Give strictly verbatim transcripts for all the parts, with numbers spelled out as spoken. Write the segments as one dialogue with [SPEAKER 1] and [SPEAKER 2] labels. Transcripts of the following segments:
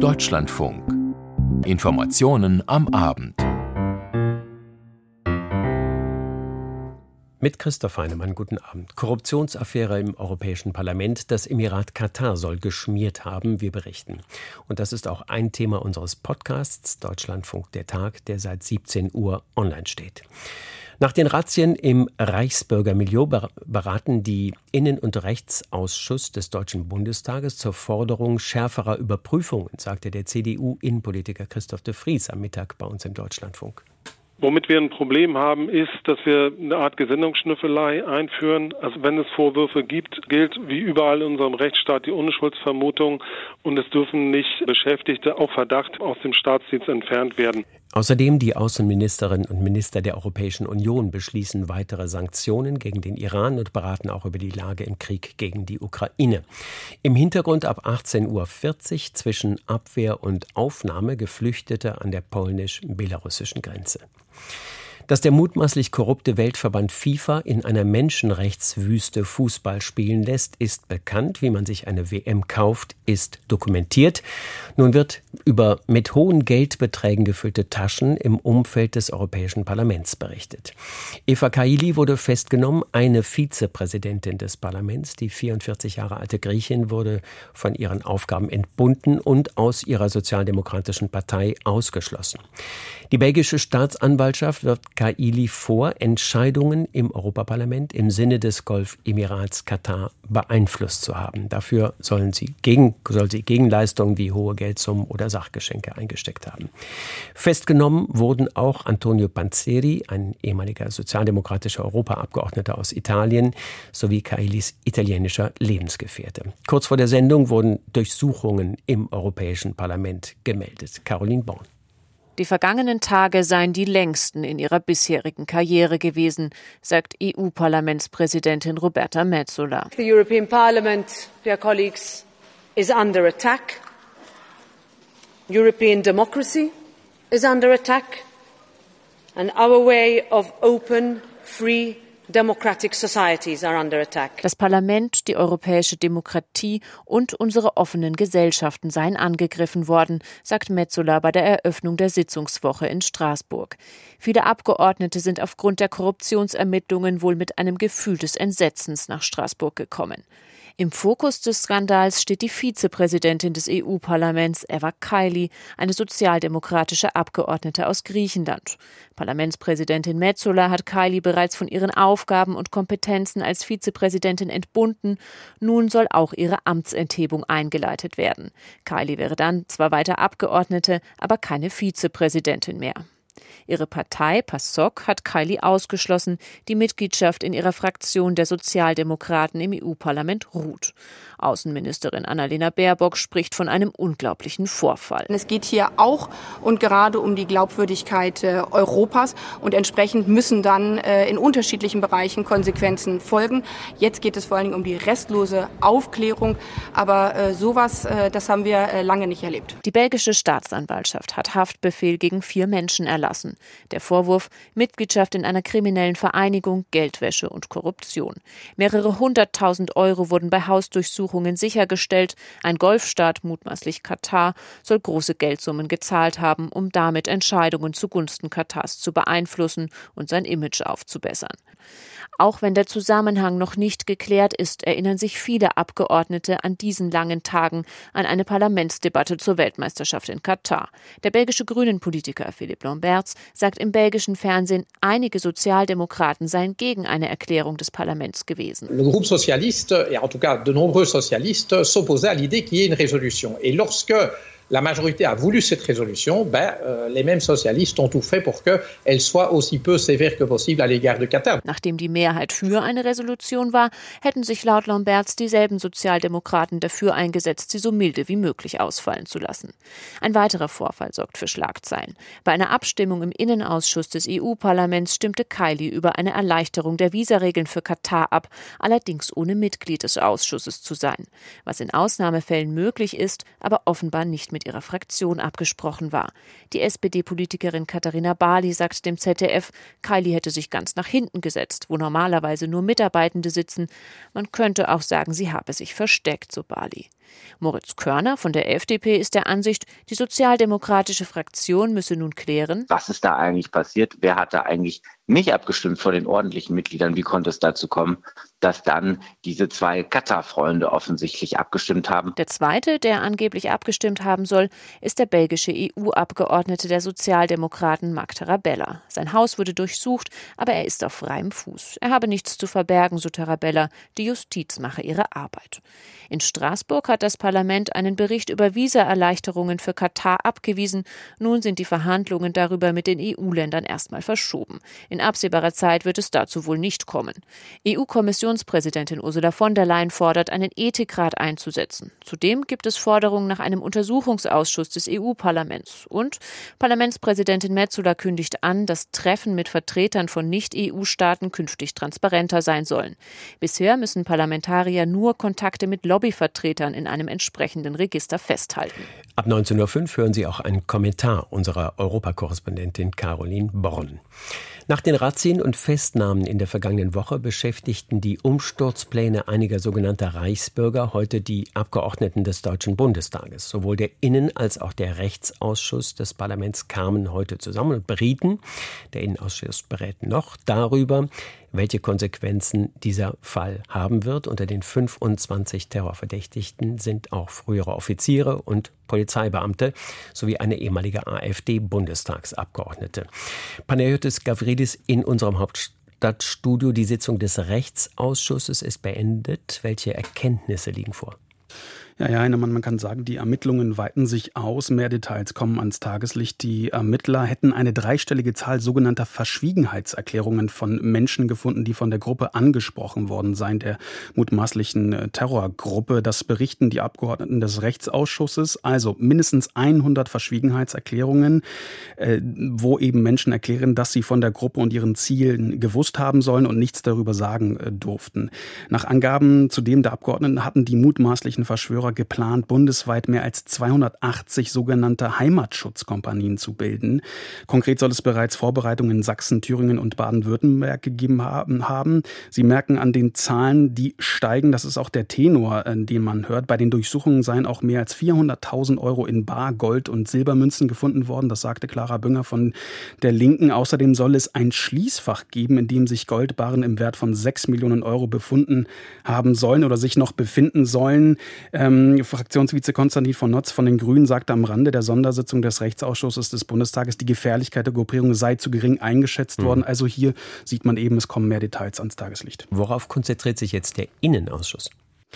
[SPEAKER 1] Deutschlandfunk. Informationen am Abend.
[SPEAKER 2] Mit Christoph Heinemann, guten Abend. Korruptionsaffäre im Europäischen Parlament. Das Emirat Katar soll geschmiert haben, wir berichten. Und das ist auch ein Thema unseres Podcasts Deutschlandfunk der Tag, der seit siebzehn Uhr online steht. Nach den Razzien im Reichsbürgermilieu beraten die Innen- und Rechtsausschuss des Deutschen Bundestages zur Forderung schärferer Überprüfungen, sagte der C D U-Innenpolitiker Christoph de Vries am Mittag bei uns im Deutschlandfunk.
[SPEAKER 3] Womit wir ein Problem haben, ist, dass wir eine Art Gesinnungsschnüffelei einführen. Also wenn es Vorwürfe gibt, gilt wie überall in unserem Rechtsstaat die Unschuldsvermutung und es dürfen nicht Beschäftigte auf Verdacht aus dem Staatsdienst entfernt werden.
[SPEAKER 2] Außerdem die Außenministerinnen und Minister der Europäischen Union beschließen weitere Sanktionen gegen den Iran und beraten auch über die Lage im Krieg gegen die Ukraine. Im Hintergrund ab achtzehn Uhr vierzig zwischen Abwehr und Aufnahme Geflüchtete an der polnisch-belarussischen Grenze. Dass der mutmaßlich korrupte Weltverband FIFA in einer Menschenrechtswüste Fußball spielen lässt, ist bekannt. Wie man sich eine W M kauft, ist dokumentiert. Nun wird über mit hohen Geldbeträgen gefüllte Taschen im Umfeld des Europäischen Parlaments berichtet. Eva Kaili wurde festgenommen, eine Vizepräsidentin des Parlaments. Die vierundvierzig Jahre alte Griechin wurde von ihren Aufgaben entbunden und aus ihrer sozialdemokratischen Partei ausgeschlossen. Die belgische Staatsanwaltschaft wirft Kaili vor, Entscheidungen im Europaparlament im Sinne des Golfemirats Katar beeinflusst zu haben. Dafür sollen sie gegen, soll sie Gegenleistungen wie hohe Geldsummen oder Sachgeschenke eingesteckt haben. Festgenommen wurden auch Antonio Panzeri, ein ehemaliger sozialdemokratischer Europaabgeordneter aus Italien, sowie Kailis italienischer Lebensgefährte. Kurz vor der Sendung wurden Durchsuchungen im Europäischen Parlament gemeldet. Caroline Born.
[SPEAKER 4] Die vergangenen Tage seien die längsten in ihrer bisherigen Karriere gewesen, sagt E U-Parlamentspräsidentin Roberta Metsola.
[SPEAKER 5] The European Parliament, dear colleagues, is under attack. European democracy is under attack. And our way of open, free, democratic societies are under attack.
[SPEAKER 4] Das Parlament, die europäische Demokratie und unsere offenen Gesellschaften seien angegriffen worden, sagt Metsola bei der Eröffnung der Sitzungswoche in Straßburg. Viele Abgeordnete sind aufgrund der Korruptionsermittlungen wohl mit einem Gefühl des Entsetzens nach Straßburg gekommen. Im Fokus des Skandals steht die Vizepräsidentin des E U-Parlaments, Eva Kaili, eine sozialdemokratische Abgeordnete aus Griechenland. Parlamentspräsidentin Metsola hat Kaili bereits von ihren Aufgaben und Kompetenzen als Vizepräsidentin entbunden. Nun soll auch ihre Amtsenthebung eingeleitet werden. Kaili wäre dann zwar weiter Abgeordnete, aber keine Vizepräsidentin mehr. Ihre Partei PASOK hat Kaili ausgeschlossen. Die Mitgliedschaft in ihrer Fraktion der Sozialdemokraten im E U-Parlament ruht. Außenministerin Annalena Baerbock spricht von einem unglaublichen Vorfall.
[SPEAKER 6] Es geht hier auch und gerade um die Glaubwürdigkeit äh, Europas und entsprechend müssen dann äh, in unterschiedlichen Bereichen Konsequenzen folgen. Jetzt geht es vor allen Dingen um die restlose Aufklärung, aber äh, sowas, äh, das haben wir äh, lange nicht erlebt.
[SPEAKER 4] Die belgische Staatsanwaltschaft hat Haftbefehl gegen vier Menschen erlassen. Der Vorwurf: Mitgliedschaft in einer kriminellen Vereinigung, Geldwäsche und Korruption. Mehrere hunderttausend Euro wurden bei Hausdurchsuchungen sichergestellt. Ein Golfstaat, mutmaßlich Katar, soll große Geldsummen gezahlt haben, um damit Entscheidungen zugunsten Katars zu beeinflussen und sein Image aufzubessern. Auch wenn der Zusammenhang noch nicht geklärt ist, erinnern sich viele Abgeordnete an diesen langen Tagen an eine Parlamentsdebatte zur Weltmeisterschaft in Katar. Der belgische Grünen-Politiker Philippe Lamberts sagt im belgischen Fernsehen, einige Sozialdemokraten seien gegen eine Erklärung des Parlaments gewesen.
[SPEAKER 7] Le groupe socialiste, et en tout cas de nombreux socialistes, s'opposaient à l'idée qu'il y ait une résolution. Et lorsque la majorité a voulu cette résolution, ben, euh, les mêmes socialistes ont tout fait pour qu'elle soit aussi peu sévère que possible à l'égard de Katar.
[SPEAKER 4] Nachdem die Mehrheit für eine Resolution war, hätten sich laut Lamberts dieselben Sozialdemokraten dafür eingesetzt, sie so milde wie möglich ausfallen zu lassen. Ein weiterer Vorfall sorgt für Schlagzeilen. Bei einer Abstimmung im Innenausschuss des E U-Parlaments stimmte Kaili über eine Erleichterung der Visaregeln für Katar ab, allerdings ohne Mitglied des Ausschusses zu sein. Was in Ausnahmefällen möglich ist, aber offenbar nicht mit ihrer Fraktion abgesprochen war. Die S P D-Politikerin Katharina Barley sagt dem Z D F, Kaili hätte sich ganz nach hinten gesetzt, wo normalerweise nur Mitarbeitende sitzen. Man könnte auch sagen, sie habe sich versteckt, so Barley. Moritz Körner von der F D P ist der Ansicht, die sozialdemokratische Fraktion müsse nun klären,
[SPEAKER 8] was ist da eigentlich passiert? Wer hat da eigentlich nicht abgestimmt von den ordentlichen Mitgliedern? Wie konnte es dazu kommen, dass dann diese zwei Katar-Freunde offensichtlich abgestimmt haben?
[SPEAKER 4] Der zweite, der angeblich abgestimmt haben soll, ist der belgische E U-Abgeordnete der Sozialdemokraten Marc Tarabella. Sein Haus wurde durchsucht, aber er ist auf freiem Fuß. Er habe nichts zu verbergen, so Tarabella. Die Justiz mache ihre Arbeit. In Straßburg hat das Parlament einen Bericht über Visaerleichterungen für Katar abgewiesen. Nun sind die Verhandlungen darüber mit den E U-Ländern erstmal verschoben. In absehbarer Zeit wird es dazu wohl nicht kommen. E U-Kommissionspräsidentin Ursula von der Leyen fordert, einen Ethikrat einzusetzen. Zudem gibt es Forderungen nach einem Untersuchungsausschuss des E U-Parlaments. Und Parlamentspräsidentin Metsola kündigt an, dass Treffen mit Vertretern von Nicht-E U-Staaten künftig transparenter sein sollen. Bisher müssen Parlamentarier nur Kontakte mit Lobbyvertretern in einem entsprechenden Register festhalten.
[SPEAKER 2] Ab neunzehn Uhr fünf hören Sie auch einen Kommentar unserer Europakorrespondentin Caroline Born. Nach den Razzien und Festnahmen in der vergangenen Woche beschäftigten die Umsturzpläne einiger sogenannter Reichsbürger heute die Abgeordneten des Deutschen Bundestages. Sowohl der Innen- als auch der Rechtsausschuss des Parlaments kamen heute zusammen und berieten, der Innenausschuss berät noch, darüber, welche Konsequenzen dieser Fall haben wird. Unter den fünfundzwanzig Terrorverdächtigten sind auch frühere Offiziere und Polizeibeamte sowie eine ehemalige AfD-Bundestagsabgeordnete. Panayotis Gavridis in unserem Hauptstadtstudio. Die Sitzung des Rechtsausschusses ist beendet. Welche Erkenntnisse liegen vor?
[SPEAKER 9] Ja, ja, Heinemann, man kann sagen, die Ermittlungen weiten sich aus. Mehr Details kommen ans Tageslicht. Die Ermittler hätten eine dreistellige Zahl sogenannter Verschwiegenheitserklärungen von Menschen gefunden, die von der Gruppe angesprochen worden seien, der mutmaßlichen Terrorgruppe. Das berichten die Abgeordneten des Rechtsausschusses. Also mindestens hundert Verschwiegenheitserklärungen, äh, wo eben Menschen erklären, dass sie von der Gruppe und ihren Zielen gewusst haben sollen und nichts darüber sagen äh, durften. Nach Angaben zudem der Abgeordneten hatten die mutmaßlichen Verschwörer geplant, bundesweit mehr als zweihundertachtzig sogenannte Heimatschutzkompanien zu bilden. Konkret soll es bereits Vorbereitungen in Sachsen, Thüringen und Baden-Württemberg gegeben haben. Sie merken an den Zahlen, die steigen. Das ist auch der Tenor, den man hört. Bei den Durchsuchungen seien auch mehr als vierhunderttausend Euro in Bar, Gold und Silbermünzen gefunden worden. Das sagte Clara Bünger von der Linken. Außerdem soll es ein Schließfach geben, in dem sich Goldbarren im Wert von sechs Millionen Euro befunden haben sollen oder sich noch befinden sollen. Ähm, Fraktionsvize Konstantin von Notz von den Grünen sagte am Rande der Sondersitzung des Rechtsausschusses des Bundestages, die Gefährlichkeit der Gruppierung sei zu gering eingeschätzt mhm. worden. Also hier sieht man eben, es kommen mehr Details ans Tageslicht.
[SPEAKER 2] Worauf konzentriert sich jetzt der Innenausschuss?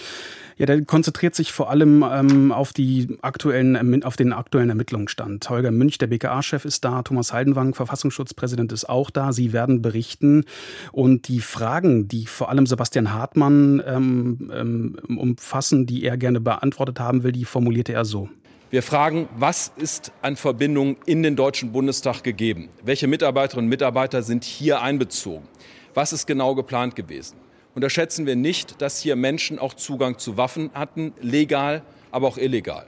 [SPEAKER 9] Ja, der konzentriert sich vor allem ähm, auf, die aktuellen, auf den aktuellen Ermittlungsstand. Holger Münch, der B K A-Chef, ist da, Thomas Haldenwang, Verfassungsschutzpräsident, ist auch da. Sie werden berichten. Und die Fragen, die vor allem Sebastian Hartmann ähm, ähm, umfassen, die er gerne beantwortet haben will, die formulierte er so.
[SPEAKER 10] Wir fragen, was ist an Verbindungen in den Deutschen Bundestag gegeben? Welche Mitarbeiterinnen und Mitarbeiter sind hier einbezogen? Was ist genau geplant gewesen? Unterschätzen wir nicht, dass hier Menschen auch Zugang zu Waffen hatten, legal, aber auch illegal.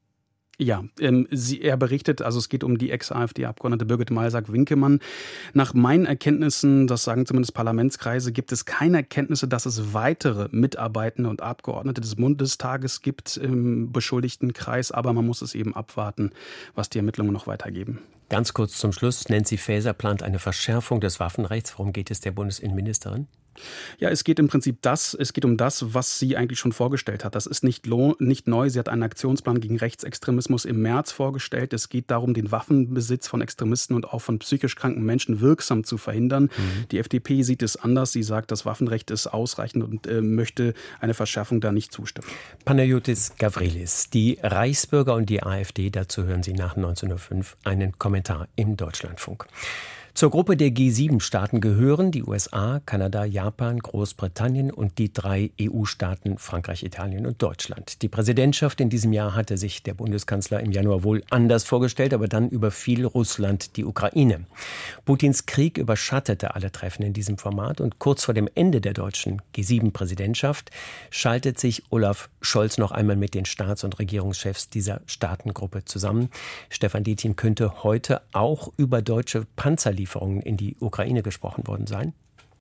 [SPEAKER 9] Ja, ähm, sie, er berichtet, also es geht um die Ex-AfD-Abgeordnete Birgit Malsack-Winkemann. Nach meinen Erkenntnissen, das sagen zumindest Parlamentskreise, gibt es keine Erkenntnisse, dass es weitere Mitarbeitende und Abgeordnete des Bundestages gibt im beschuldigten Kreis. Aber man muss es eben abwarten, was die Ermittlungen noch weitergeben.
[SPEAKER 2] Ganz kurz zum Schluss. Nancy Faeser plant eine Verschärfung des Waffenrechts. Worum geht es der Bundesinnenministerin?
[SPEAKER 9] Ja, es geht im Prinzip das, es geht um das, was sie eigentlich schon vorgestellt hat. Das ist nicht, lo- nicht neu. Sie hat einen Aktionsplan gegen Rechtsextremismus im März vorgestellt. Es geht darum, den Waffenbesitz von Extremisten und auch von psychisch kranken Menschen wirksam zu verhindern. Mhm. Die F D P sieht es anders. Sie sagt, das Waffenrecht ist ausreichend und äh, möchte eine Verschärfung da nicht zustimmen.
[SPEAKER 2] Panayotis Gavrilis, die Reichsbürger und die AfD, dazu hören Sie nach neunzehn Uhr fünf einen Kommentar im Deutschlandfunk. Zur Gruppe der G sieben Staaten gehören die U S A, Kanada, Japan, Großbritannien und die drei E U-Staaten Frankreich, Italien und Deutschland. Die Präsidentschaft in diesem Jahr hatte sich der Bundeskanzler im Januar wohl anders vorgestellt, aber dann überfiel Russland die Ukraine. Putins Krieg überschattete alle Treffen in diesem Format und kurz vor dem Ende der deutschen G sieben Präsidentschaft schaltet sich Olaf Scholz noch einmal mit den Staats- und Regierungschefs dieser Staatengruppe zusammen. Stefan Detjen, könnte heute auch über deutsche Panzerlieferungen in die Ukraine gesprochen worden sein?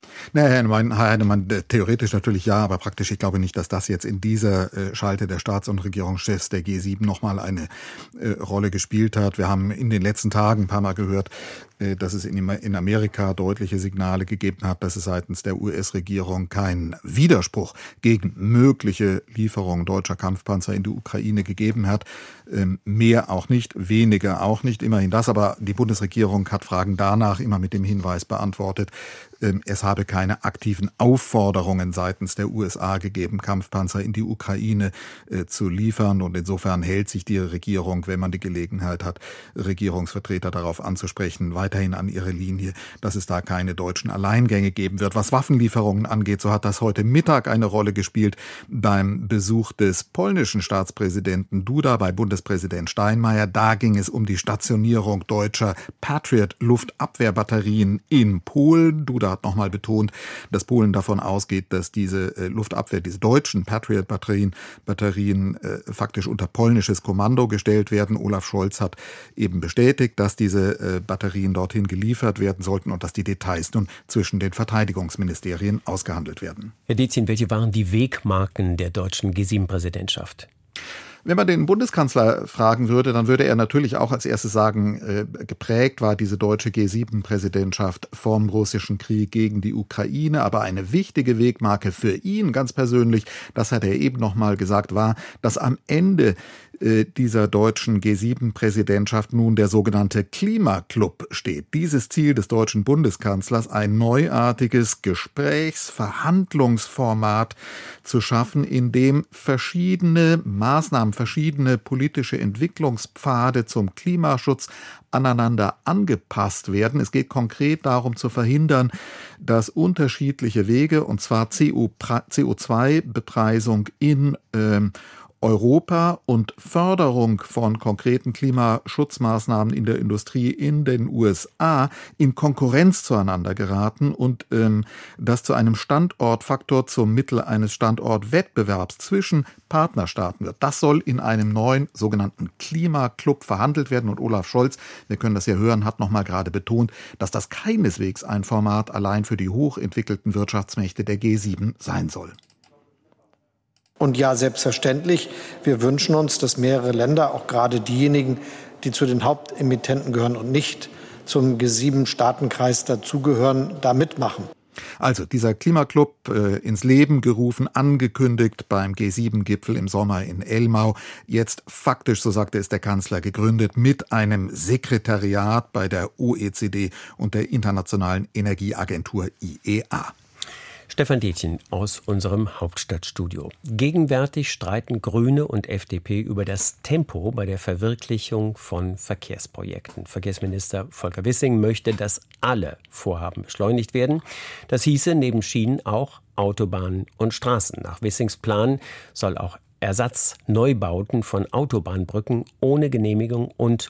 [SPEAKER 11] Naja, Herr Heinemann, theoretisch natürlich ja, aber praktisch, ich glaube nicht, dass das jetzt in dieser äh, Schalte der Staats- und Regierungschefs der G sieben nochmal eine äh, Rolle gespielt hat. Wir haben in den letzten Tagen ein paar Mal gehört, äh, dass es in, in Amerika deutliche Signale gegeben hat, dass es seitens der U S-Regierung keinen Widerspruch gegen mögliche Lieferungen deutscher Kampfpanzer in die Ukraine gegeben hat. Ähm, mehr auch nicht, weniger auch nicht, immerhin das. Aber die Bundesregierung hat Fragen danach immer mit dem Hinweis beantwortet, es habe keine aktiven Aufforderungen seitens der U S A gegeben, Kampfpanzer in die Ukraine äh, zu liefern. Und insofern hält sich die Regierung, wenn man die Gelegenheit hat, Regierungsvertreter darauf anzusprechen, weiterhin an ihre Linie, dass es da keine deutschen Alleingänge geben wird. Was Waffenlieferungen angeht, so hat das heute Mittag eine Rolle gespielt beim Besuch des polnischen Staatspräsidenten Duda bei Bundespräsident Steinmeier. Da ging es um die Stationierung deutscher Patriot-Luftabwehrbatterien in Polen. Duda hat nochmal betont, dass Polen davon ausgeht, dass diese äh, Luftabwehr, diese deutschen Patriot-Batterien Batterien, äh, faktisch unter polnisches Kommando gestellt werden. Olaf Scholz hat eben bestätigt, dass diese äh, Batterien dorthin geliefert werden sollten und dass die Details nun zwischen den Verteidigungsministerien ausgehandelt werden.
[SPEAKER 2] Herr Dezien, welche waren die Wegmarken der deutschen G sieben Präsidentschaft?
[SPEAKER 11] Wenn man den Bundeskanzler fragen würde, dann würde er natürlich auch als erstes sagen, äh, geprägt war diese deutsche G sieben Präsidentschaft vom russischen Krieg gegen die Ukraine. Aber eine wichtige Wegmarke für ihn ganz persönlich, das hat er eben noch mal gesagt, war, dass am Ende äh, dieser deutschen G sieben Präsidentschaft nun der sogenannte Klimaclub steht. Dieses Ziel des deutschen Bundeskanzlers, ein neuartiges Gesprächs-Verhandlungsformat zu schaffen, in dem verschiedene Maßnahmen, verschiedene politische Entwicklungspfade zum Klimaschutz aneinander angepasst werden. Es geht konkret darum zu verhindern, dass unterschiedliche Wege, und zwar C O zwei Bepreisung in ähm, Europa und Förderung von konkreten Klimaschutzmaßnahmen in der Industrie in den U S A in Konkurrenz zueinander geraten und ähm, das zu einem Standortfaktor zum Mittel eines Standortwettbewerbs zwischen Partnerstaaten wird. Das soll in einem neuen sogenannten Klimaclub verhandelt werden. Und Olaf Scholz, wir können das ja hören, hat nochmal gerade betont, dass das keineswegs ein Format allein für die hochentwickelten Wirtschaftsmächte der G sieben sein soll.
[SPEAKER 12] Und ja, selbstverständlich, wir wünschen uns, dass mehrere Länder, auch gerade diejenigen, die zu den Hauptemittenten gehören und nicht zum G sieben Staatenkreis dazugehören, da mitmachen.
[SPEAKER 11] Also dieser Klimaclub äh, ins Leben gerufen, angekündigt beim G sieben Gipfel im Sommer in Elmau. Jetzt faktisch, so sagte es der Kanzler, gegründet mit einem Sekretariat bei der O E C D und der Internationalen Energieagentur I E A.
[SPEAKER 2] Stefan Detjen aus unserem Hauptstadtstudio. Gegenwärtig streiten Grüne und F D P über das Tempo bei der Verwirklichung von Verkehrsprojekten. Verkehrsminister Volker Wissing möchte, dass alle Vorhaben beschleunigt werden. Das hieße neben Schienen auch Autobahnen und Straßen. Nach Wissings Plan soll auch Ersatzneubauten von Autobahnbrücken ohne Genehmigung und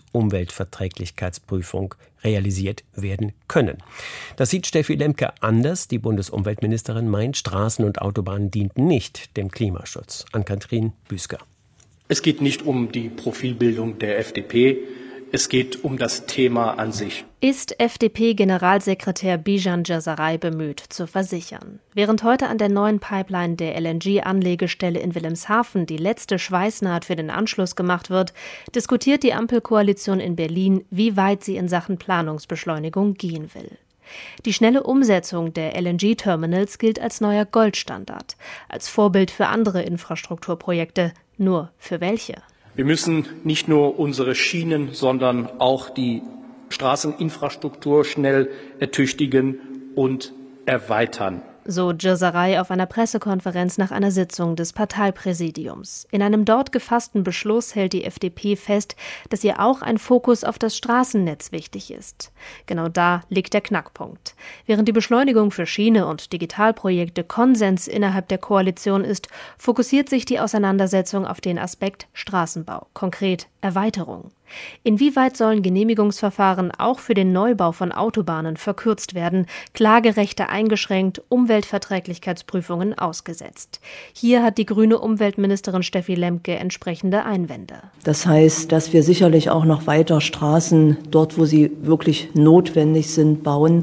[SPEAKER 2] Umweltverträglichkeitsprüfung realisiert werden können. Das sieht Steffi Lemke anders. Die Bundesumweltministerin meint, Straßen und Autobahnen dienten nicht dem Klimaschutz. Ann-Kathrin Büsker.
[SPEAKER 13] Es geht nicht um die Profilbildung der F D P. Es geht um das Thema an sich.
[SPEAKER 14] Ist F D P-Generalsekretär Bijan Djasaray bemüht, zu versichern. Während heute an der neuen Pipeline der L N G-Anlegestelle in Wilhelmshaven die letzte Schweißnaht für den Anschluss gemacht wird, diskutiert die Ampelkoalition in Berlin, wie weit sie in Sachen Planungsbeschleunigung gehen will. Die schnelle Umsetzung der L N G-Terminals gilt als neuer Goldstandard, als Vorbild für andere Infrastrukturprojekte. Nur für welche?
[SPEAKER 13] Wir müssen nicht nur unsere Schienen, sondern auch die Straßeninfrastruktur schnell ertüchtigen und erweitern.
[SPEAKER 14] So Djasaray auf einer Pressekonferenz nach einer Sitzung des Parteipräsidiums. In einem dort gefassten Beschluss hält die F D P fest, dass ihr auch ein Fokus auf das Straßennetz wichtig ist. Genau da liegt der Knackpunkt. Während die Beschleunigung für Schiene und Digitalprojekte Konsens innerhalb der Koalition ist, fokussiert sich die Auseinandersetzung auf den Aspekt Straßenbau, konkret Erweiterung. Inwieweit sollen Genehmigungsverfahren auch für den Neubau von Autobahnen verkürzt werden, Klagerechte eingeschränkt, Umweltverträglichkeitsprüfungen ausgesetzt? Hier hat die grüne Umweltministerin Steffi Lemke entsprechende Einwände.
[SPEAKER 15] Das heißt, dass wir sicherlich auch noch weiter Straßen dort, wo sie wirklich notwendig sind, bauen.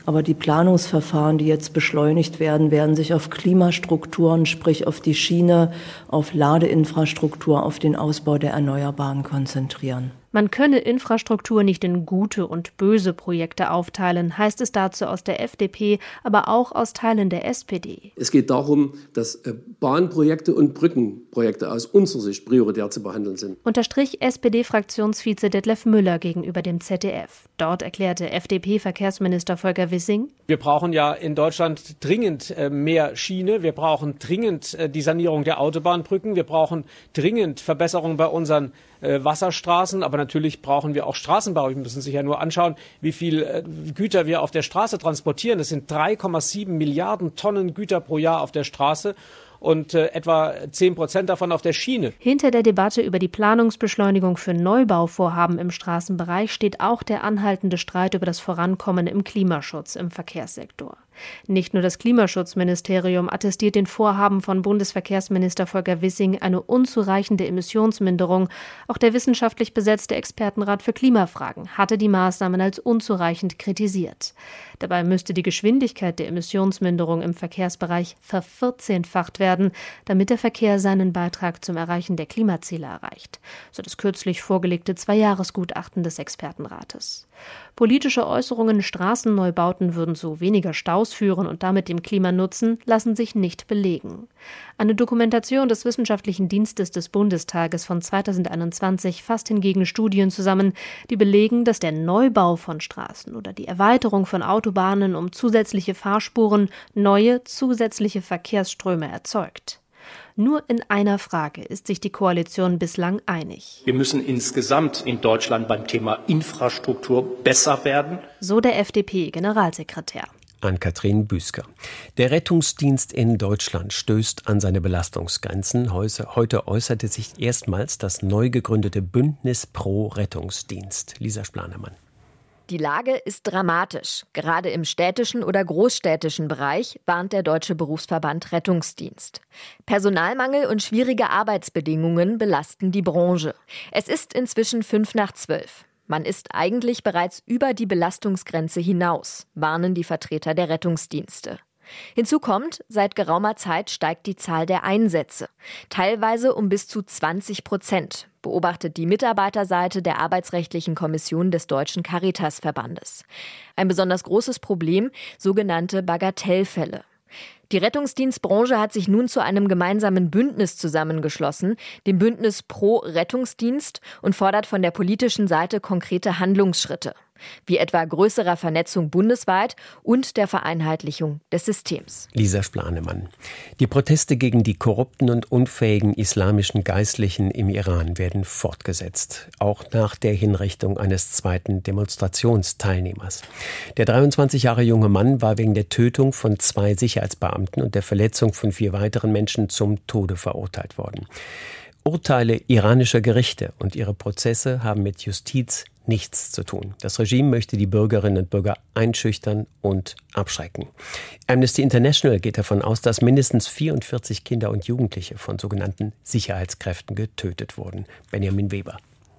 [SPEAKER 15] Aber die Planungsverfahren, die jetzt beschleunigt werden, werden sich auf Klimastrukturen, sprich auf die Schiene, auf Ladeinfrastruktur, auf den Ausbau der Erneuerbaren konzentrieren.
[SPEAKER 14] Man könne Infrastruktur nicht in gute und böse Projekte aufteilen, heißt es dazu aus der F D P, aber auch aus Teilen der S P D.
[SPEAKER 16] Es geht darum, dass Bahnprojekte und Brückenprojekte aus unserer Sicht prioritär zu behandeln sind.
[SPEAKER 14] Unterstrich S P D-Fraktionsvize Detlef Müller gegenüber dem Z D F. Dort erklärte F D P-Verkehrsminister Volker Wissing:
[SPEAKER 17] Wir brauchen ja in Deutschland dringend mehr Schiene. Wir brauchen dringend die Sanierung der Autobahnbrücken. Wir brauchen dringend Verbesserungen bei unseren Wasserstraßen, aber natürlich brauchen wir auch Straßenbau. Wir müssen sich ja nur anschauen, wie viel Güter wir auf der Straße transportieren. Das sind drei Komma sieben Milliarden Tonnen Güter pro Jahr auf der Straße und äh, etwa zehn Prozent davon auf der Schiene.
[SPEAKER 14] Hinter der Debatte über die Planungsbeschleunigung für Neubauvorhaben im Straßenbereich steht auch der anhaltende Streit über das Vorankommen im Klimaschutz im Verkehrssektor. Nicht nur das Klimaschutzministerium attestiert den Vorhaben von Bundesverkehrsminister Volker Wissing eine unzureichende Emissionsminderung. Auch der wissenschaftlich besetzte Expertenrat für Klimafragen hatte die Maßnahmen als unzureichend kritisiert. Dabei müsste die Geschwindigkeit der Emissionsminderung im Verkehrsbereich vervierzehnfacht werden, damit der Verkehr seinen Beitrag zum Erreichen der Klimaziele erreicht, so das kürzlich vorgelegte Zweijahresgutachten des Expertenrates. Politische Äußerungen, Straßenneubauten würden zu weniger Staus führen und damit dem Klima nutzen, lassen sich nicht belegen. Eine Dokumentation des Wissenschaftlichen Dienstes des Bundestages von zweitausendeinundzwanzig fasst hingegen Studien zusammen, die belegen, dass der Neubau von Straßen oder die Erweiterung von Autobahnen um zusätzliche Fahrspuren neue, zusätzliche Verkehrsströme erzeugt. Nur in einer Frage ist sich die Koalition bislang einig.
[SPEAKER 13] Wir müssen insgesamt in Deutschland beim Thema Infrastruktur besser werden.
[SPEAKER 14] So der F D P-Generalsekretär.
[SPEAKER 2] Ann-Kathrin Büsker. Der Rettungsdienst in Deutschland stößt an seine Belastungsgrenzen. Heute äußerte sich erstmals das neu gegründete Bündnis Pro Rettungsdienst. Lisa Splanemann.
[SPEAKER 18] Die Lage ist dramatisch. Gerade im städtischen oder großstädtischen Bereich warnt der Deutsche Berufsverband Rettungsdienst. Personalmangel und schwierige Arbeitsbedingungen belasten die Branche. Es ist inzwischen fünf nach zwölf. Man ist eigentlich bereits über die Belastungsgrenze hinaus, warnen die Vertreter der Rettungsdienste. Hinzu kommt, seit geraumer Zeit steigt die Zahl der Einsätze, teilweise um bis zu zwanzig Prozent, beobachtet die Mitarbeiterseite der Arbeitsrechtlichen Kommission des Deutschen Caritasverbandes. Ein besonders großes Problem, sogenannte Bagatellfälle. Die Rettungsdienstbranche hat sich nun zu einem gemeinsamen Bündnis zusammengeschlossen, dem Bündnis Pro Rettungsdienst, und fordert von der politischen Seite konkrete Handlungsschritte, wie etwa größerer Vernetzung bundesweit und der Vereinheitlichung des Systems.
[SPEAKER 2] Lisa Splanemann. Die Proteste gegen die korrupten und unfähigen islamischen Geistlichen im Iran werden fortgesetzt, auch nach der Hinrichtung eines zweiten Demonstrationsteilnehmers. Der dreiundzwanzig Jahre junge Mann war wegen der Tötung von zwei Sicherheitsbeamten und der Verletzung von vier weiteren Menschen zum Tode verurteilt worden. Urteile iranischer Gerichte und ihre Prozesse haben mit Justiz nichts zu tun. Das Regime möchte die Bürgerinnen und Bürger einschüchtern und abschrecken. Amnesty International geht davon aus, dass mindestens vierundvierzig Kinder und Jugendliche von sogenannten Sicherheitskräften getötet wurden. Benjamin Weber.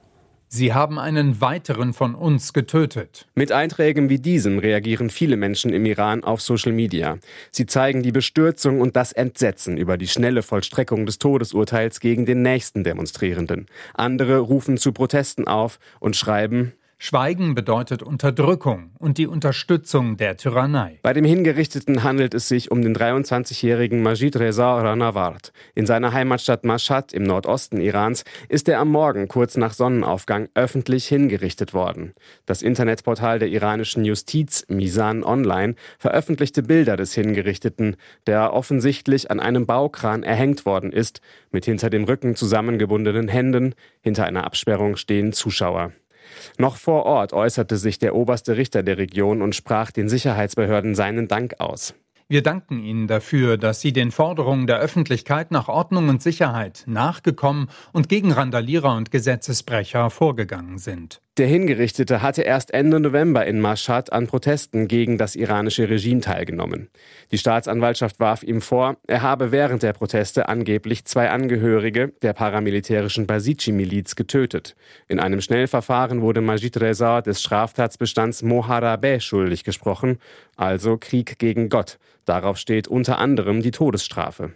[SPEAKER 19] Sie haben einen weiteren von uns getötet.
[SPEAKER 20] Mit Einträgen wie diesem reagieren viele Menschen im Iran auf Social Media. Sie zeigen die Bestürzung und das Entsetzen über die schnelle Vollstreckung des Todesurteils gegen den nächsten Demonstrierenden. Andere rufen zu Protesten auf und schreiben:
[SPEAKER 19] Schweigen bedeutet Unterdrückung und die Unterstützung der Tyrannei.
[SPEAKER 20] Bei dem Hingerichteten handelt es sich um den dreiundzwanzigjährigen Majid Reza Ranavard. In seiner Heimatstadt Mashhad im Nordosten Irans ist er am Morgen kurz nach Sonnenaufgang öffentlich hingerichtet worden. Das Internetportal der iranischen Justiz, Mizan Online, veröffentlichte Bilder des Hingerichteten, der offensichtlich an einem Baukran erhängt worden ist, mit hinter dem Rücken zusammengebundenen Händen. Hinter einer Absperrung stehen Zuschauer. Noch vor Ort äußerte sich der oberste Richter der Region und sprach den Sicherheitsbehörden seinen Dank aus.
[SPEAKER 19] Wir danken Ihnen dafür, dass Sie den Forderungen der Öffentlichkeit nach Ordnung und Sicherheit nachgekommen und gegen Randalierer und Gesetzesbrecher vorgegangen sind.
[SPEAKER 20] Der Hingerichtete hatte erst Ende November in Mashhad an Protesten gegen das iranische Regime teilgenommen. Die Staatsanwaltschaft warf ihm vor, er habe während der Proteste angeblich zwei Angehörige der paramilitärischen Basiji-Miliz getötet. In einem Schnellverfahren wurde Majid Reza des Straftatsbestands Moharabeh schuldig gesprochen, also Krieg gegen Gott. Darauf steht unter anderem die Todesstrafe.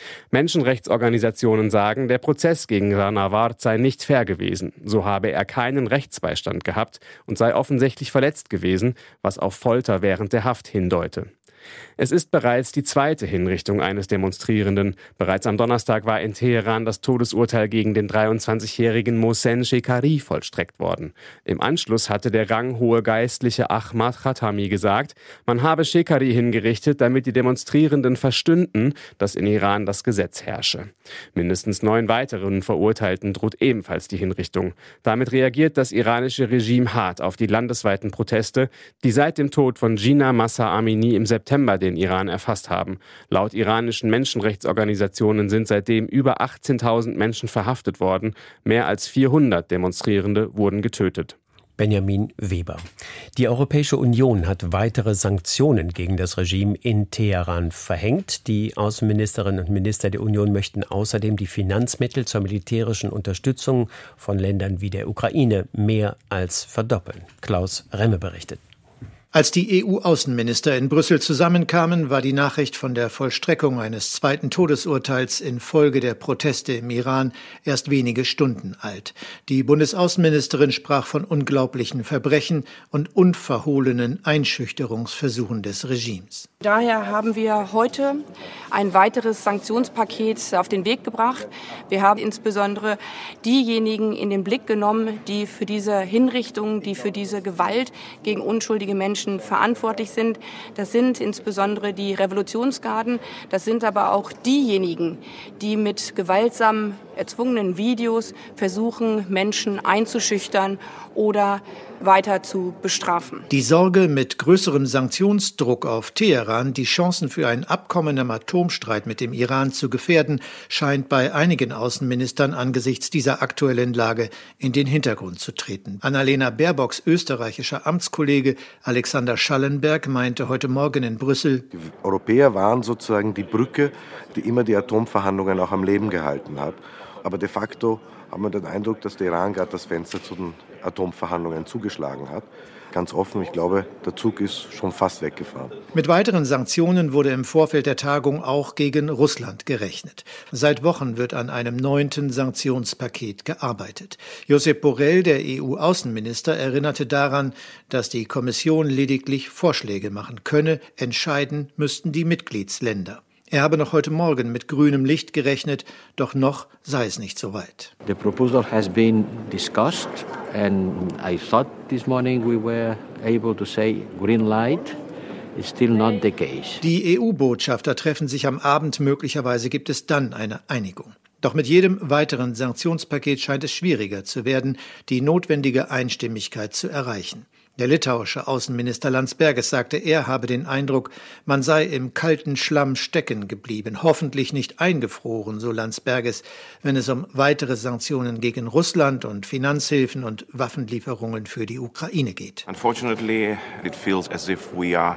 [SPEAKER 20] Menschenrechtsorganisationen sagen, der Prozess gegen Ranaward sei nicht fair gewesen. So habe er keinen Rechtsbeistand gehabt und sei offensichtlich verletzt gewesen, was auf Folter während der Haft hindeute. Es ist bereits die zweite Hinrichtung eines Demonstrierenden. Bereits am Donnerstag war in Teheran das Todesurteil gegen den dreiundzwanzigjährigen Mohsen Shekari vollstreckt worden. Im Anschluss hatte der ranghohe Geistliche Ahmad Khatami gesagt, man habe Shekari hingerichtet, damit die Demonstrierenden verstünden, dass in Iran das Gesetz herrsche. Mindestens neun weiteren Verurteilten droht ebenfalls die Hinrichtung. Damit reagiert das iranische Regime hart auf die landesweiten Proteste, die seit dem Tod von Jina Mahsa Amini im September den Iran erfasst haben. Laut iranischen Menschenrechtsorganisationen sind seitdem über achtzehntausend Menschen verhaftet worden. Mehr als vierhundert Demonstrierende wurden getötet.
[SPEAKER 2] Benjamin Weber. Die Europäische Union hat weitere Sanktionen gegen das Regime in Teheran verhängt. Die Außenministerinnen und Minister der Union möchten außerdem die Finanzmittel zur militärischen Unterstützung von Ländern wie der Ukraine mehr als verdoppeln. Klaus Remme berichtet.
[SPEAKER 21] Als die E U-Außenminister in Brüssel zusammenkamen, war die Nachricht von der Vollstreckung eines zweiten Todesurteils infolge der Proteste im Iran erst wenige Stunden alt. Die Bundesaußenministerin sprach von unglaublichen Verbrechen und unverhohlenen Einschüchterungsversuchen des Regimes.
[SPEAKER 6] Daher haben wir heute ein weiteres Sanktionspaket auf den Weg gebracht. Wir haben insbesondere diejenigen in den Blick genommen, die für diese Hinrichtungen, die für diese Gewalt gegen unschuldige Menschen verantwortlich sind. Das sind insbesondere die Revolutionsgarden. Das sind aber auch diejenigen, die mit gewaltsam erzwungenen Videos versuchen, Menschen einzuschüchtern oder weiter zu bestrafen.
[SPEAKER 21] Die Sorge, mit größerem Sanktionsdruck auf Teheran die Chancen für ein Abkommen im Atomstreit mit dem Iran zu gefährden, scheint bei einigen Außenministern angesichts dieser aktuellen Lage in den Hintergrund zu treten. Annalena Baerbocks österreichischer Amtskollege Alexander Schallenberg meinte heute Morgen in Brüssel:
[SPEAKER 22] Die Europäer waren sozusagen die Brücke, die immer die Atomverhandlungen auch am Leben gehalten hat. Aber de facto haben wir den Eindruck, dass der Iran gerade das Fenster zu den Atomverhandlungen zugeschlagen hat. Ganz offen, ich glaube, der Zug ist schon fast weggefahren.
[SPEAKER 21] Mit weiteren Sanktionen wurde im Vorfeld der Tagung auch gegen Russland gerechnet. Seit Wochen wird an einem neunten Sanktionspaket gearbeitet. Josep Borrell, der E U-Außenminister, erinnerte daran, dass die Kommission lediglich Vorschläge machen könne, entscheiden müssten die Mitgliedsländer. Er habe noch heute Morgen mit grünem Licht gerechnet, doch noch sei es nicht so weit.
[SPEAKER 23] The proposal has been discussed and I thought this morning we were able to say green light. It's still not the case.
[SPEAKER 21] Die E U-Botschafter treffen sich am Abend, möglicherweise gibt es dann eine Einigung. Doch mit jedem weiteren Sanktionspaket scheint es schwieriger zu werden, die notwendige Einstimmigkeit zu erreichen. Der litauische Außenminister Landsbergis sagte, er habe den Eindruck, man sei im kalten Schlamm stecken geblieben, hoffentlich nicht eingefroren, so Landsbergis, wenn es um weitere Sanktionen gegen Russland und Finanzhilfen und Waffenlieferungen für die Ukraine geht.
[SPEAKER 24] Unfortunately, it feels as if we are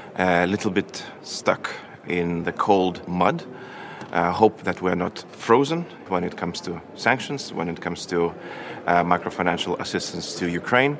[SPEAKER 24] a little bit stuck in the cold mud. I uh, hope that we are not frozen when it comes to sanctions, when it comes to uh, macrofinancial assistance to Ukraine.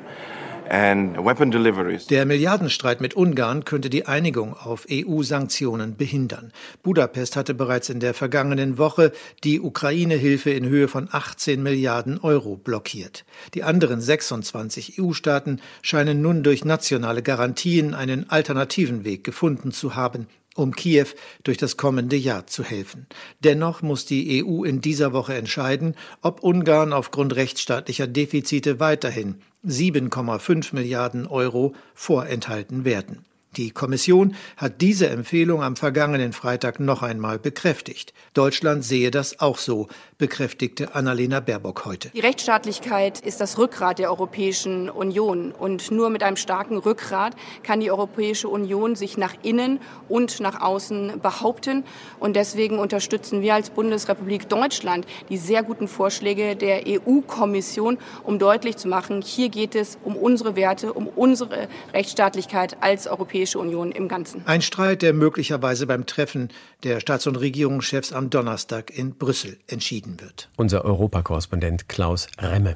[SPEAKER 21] Der Milliardenstreit mit Ungarn könnte die Einigung auf E U-Sanktionen behindern. Budapest hatte bereits in der vergangenen Woche die Ukraine-Hilfe in Höhe von achtzehn Milliarden Euro blockiert. Die anderen sechsundzwanzig E U-Staaten scheinen nun durch nationale Garantien einen alternativen Weg gefunden zu haben, um Kiew durch das kommende Jahr zu helfen. Dennoch muss die E U in dieser Woche entscheiden, ob Ungarn aufgrund rechtsstaatlicher Defizite weiterhin sieben Komma fünf Milliarden Euro vorenthalten werden. Die Kommission hat diese Empfehlung am vergangenen Freitag noch einmal bekräftigt. Deutschland sehe das auch so, bekräftigte Annalena Baerbock heute.
[SPEAKER 6] Die Rechtsstaatlichkeit ist das Rückgrat der Europäischen Union. Und nur mit einem starken Rückgrat kann die Europäische Union sich nach innen und nach außen behaupten. Und deswegen unterstützen wir als Bundesrepublik Deutschland die sehr guten Vorschläge der E U-Kommission, um deutlich zu machen, hier geht es um unsere Werte, um unsere Rechtsstaatlichkeit als Europäische Union im Ganzen.
[SPEAKER 21] Ein Streit, der möglicherweise beim Treffen der Staats- und Regierungschefs am Donnerstag in Brüssel entschieden wird.
[SPEAKER 2] Unser Europakorrespondent Klaus Remme.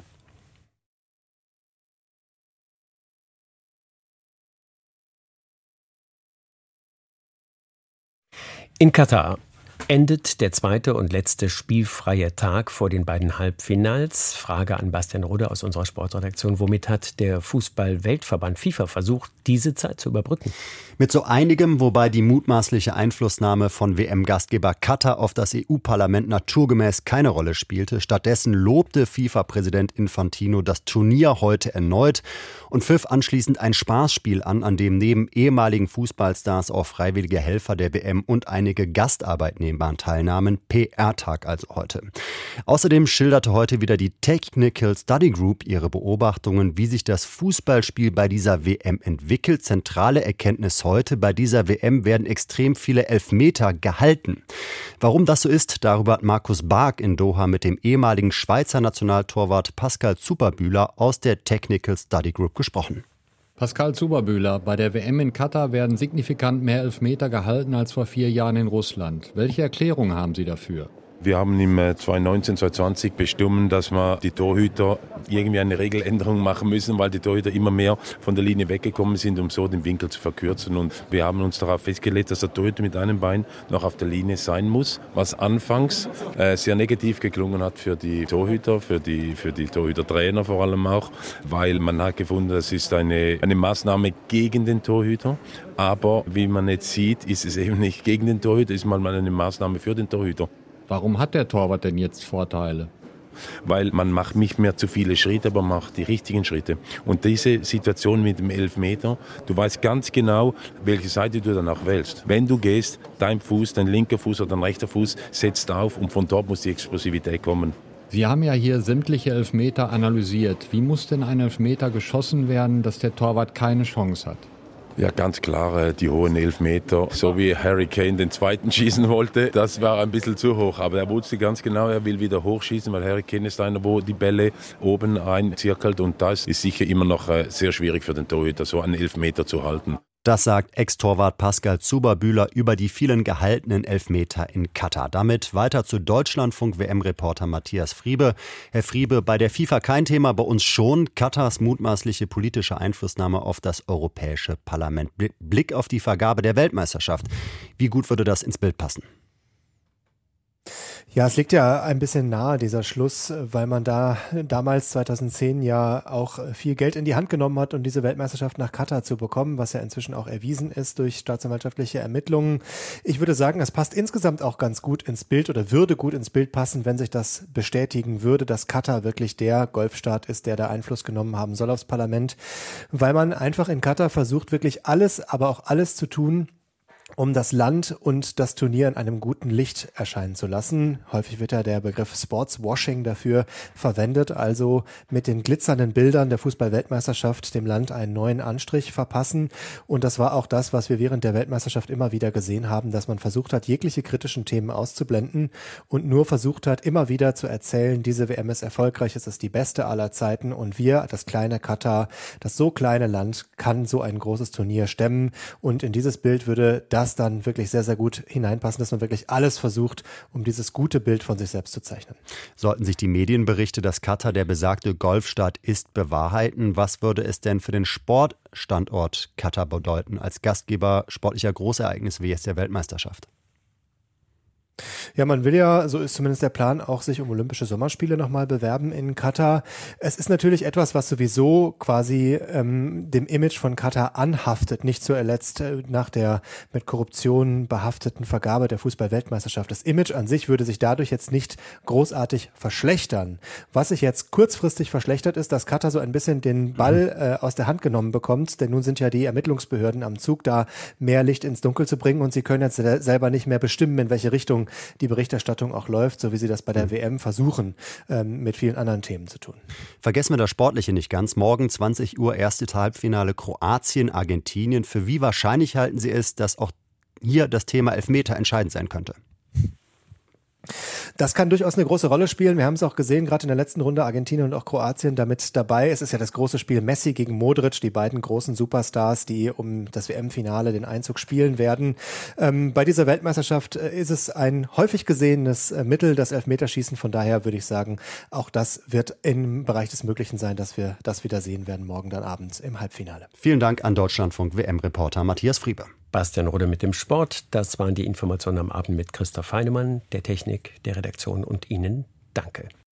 [SPEAKER 2] In Katar endet der zweite und letzte spielfreie Tag vor den beiden Halbfinals. Frage an Bastian Rode aus unserer Sportredaktion. Womit hat der Fußball-Weltverband FIFA versucht, diese Zeit zu überbrücken?
[SPEAKER 1] Mit so einigem, wobei die mutmaßliche Einflussnahme von W M-Gastgeber Katar auf das E U-Parlament naturgemäß keine Rolle spielte. Stattdessen lobte FIFA-Präsident Infantino das Turnier heute erneut und pfiff anschließend ein Spaßspiel an, an dem neben ehemaligen Fußballstars auch freiwillige Helfer der W M und einige Gastarbeitnehmer teilnahmen. P R-Tag also heute. Außerdem schilderte heute wieder die Technical Study Group ihre Beobachtungen, wie sich das Fußballspiel bei dieser W M entwickelt. Zentrale Erkenntnis heute: Bei dieser W M werden extrem viele Elfmeter gehalten. Warum das so ist, darüber hat Markus Bark in Doha mit dem ehemaligen Schweizer Nationaltorwart Pascal Zuberbühler aus der Technical Study Group gesprochen.
[SPEAKER 3] Pascal Zuberbühler, bei der W M in Katar werden signifikant mehr Elfmeter gehalten als vor vier Jahren in Russland. Welche Erklärung haben Sie dafür?
[SPEAKER 5] Wir haben im zwanzig neunzehn zwanzig zwanzig bestimmt, dass wir die Torhüter irgendwie eine Regeländerung machen müssen, weil die Torhüter immer mehr von der Linie weggekommen sind, um so den Winkel zu verkürzen. Und wir haben uns darauf festgelegt, dass der Torhüter mit einem Bein noch auf der Linie sein muss, was anfangs äh, sehr negativ geklungen hat für die Torhüter, für die, für die Torhütertrainer vor allem auch, weil man hat gefunden, das ist eine, eine Maßnahme gegen den Torhüter. Aber wie man jetzt sieht, ist es eben nicht gegen den Torhüter, ist mal eine Maßnahme für den Torhüter.
[SPEAKER 3] Warum hat der Torwart denn jetzt Vorteile?
[SPEAKER 5] Weil man macht nicht mehr zu viele Schritte, aber macht die richtigen Schritte. Und diese Situation mit dem Elfmeter, du weißt ganz genau, welche Seite du dann auch wählst. Wenn du gehst, dein Fuß, dein linker Fuß oder dein rechter Fuß setzt auf und von dort muss die Explosivität kommen.
[SPEAKER 3] Sie haben ja hier sämtliche Elfmeter analysiert. Wie muss denn ein Elfmeter geschossen werden, dass der Torwart keine Chance hat?
[SPEAKER 5] Ja, ganz klar, die hohen Elfmeter, so wie Harry Kane den zweiten schießen wollte, das war ein bisschen zu hoch. Aber er wusste ganz genau, er will wieder hochschießen, weil Harry Kane ist einer, wo die Bälle oben einzirkelt. Und das ist sicher immer noch sehr schwierig für den Torhüter, so einen Elfmeter zu halten.
[SPEAKER 1] Das sagt Ex-Torwart Pascal Zuberbühler über die vielen gehaltenen Elfmeter in Katar. Damit weiter zu Deutschlandfunk-W M-Reporter Matthias Friebe. Herr Friebe, bei der FIFA kein Thema, bei uns schon. Katars mutmaßliche politische Einflussnahme auf das Europäische Parlament. Blick auf die Vergabe der Weltmeisterschaft. Wie gut würde das ins Bild passen?
[SPEAKER 7] Ja, es liegt ja ein bisschen nahe, dieser Schluss, weil man da damals zweitausendzehn ja auch viel Geld in die Hand genommen hat, um diese Weltmeisterschaft nach Katar zu bekommen, was ja inzwischen auch erwiesen ist durch staatsanwaltschaftliche Ermittlungen. Ich würde sagen, es passt insgesamt auch ganz gut ins Bild oder würde gut ins Bild passen, wenn sich das bestätigen würde, dass Katar wirklich der Golfstaat ist, der da Einfluss genommen haben soll aufs Parlament, weil man einfach in Katar versucht, wirklich alles, aber auch alles zu tun, um das Land und das Turnier in einem guten Licht erscheinen zu lassen. Häufig wird ja der Begriff Sportswashing dafür verwendet, also mit den glitzernden Bildern der Fußball-Weltmeisterschaft dem Land einen neuen Anstrich verpassen. Und das war auch das, was wir während der Weltmeisterschaft immer wieder gesehen haben, dass man versucht hat, jegliche kritischen Themen auszublenden und nur versucht hat, immer wieder zu erzählen, diese W M ist erfolgreich, es ist die beste aller Zeiten und wir, das kleine Katar, das so kleine Land, kann so ein großes Turnier stemmen. Und in dieses Bild würde das dann wirklich sehr, sehr gut hineinpassen, dass man wirklich alles versucht, um dieses gute Bild von sich selbst zu zeichnen.
[SPEAKER 1] Sollten sich die Medienberichte, dass Katar der besagte Golfstaat ist, bewahrheiten, was würde es denn für den Sportstandort Katar bedeuten, als Gastgeber sportlicher Großereignisse wie jetzt der Weltmeisterschaft?
[SPEAKER 7] Ja, man will ja, so ist zumindest der Plan, auch sich um Olympische Sommerspiele nochmal bewerben in Katar. Es ist natürlich etwas, was sowieso quasi ähm, dem Image von Katar anhaftet, nicht zuletzt äh, nach der mit Korruption behafteten Vergabe der Fußball-Weltmeisterschaft. Das Image an sich würde sich dadurch jetzt nicht großartig verschlechtern. Was sich jetzt kurzfristig verschlechtert, ist, dass Katar so ein bisschen den Ball äh, aus der Hand genommen bekommt, denn nun sind ja die Ermittlungsbehörden am Zug, da mehr Licht ins Dunkel zu bringen und sie können jetzt selber nicht mehr bestimmen, in welche Richtung die Berichterstattung auch läuft, so wie sie das bei der W M versuchen, ähm, mit vielen anderen Themen zu tun.
[SPEAKER 1] Vergessen wir das Sportliche nicht ganz. Morgen zwanzig Uhr erste Halbfinale Kroatien, Argentinien. Für wie wahrscheinlich halten Sie es, dass auch hier das Thema Elfmeter entscheidend sein könnte?
[SPEAKER 7] Das kann durchaus eine große Rolle spielen. Wir haben es auch gesehen, gerade in der letzten Runde Argentinien und auch Kroatien damit dabei. Es ist ja das große Spiel Messi gegen Modric, die beiden großen Superstars, die um das W M-Finale den Einzug spielen werden. Ähm, bei dieser Weltmeisterschaft ist es ein häufig gesehenes Mittel, das Elfmeterschießen. Von daher würde ich sagen, auch das wird im Bereich des Möglichen sein, dass wir das wieder sehen werden morgen dann abends im Halbfinale.
[SPEAKER 1] Vielen Dank an Deutschlandfunk-W M-Reporter Matthias Friebe.
[SPEAKER 2] Bastian Rode mit dem Sport. Das waren die Informationen am Abend mit Christoph Heinemann, der Technik, der Redaktion und Ihnen danke.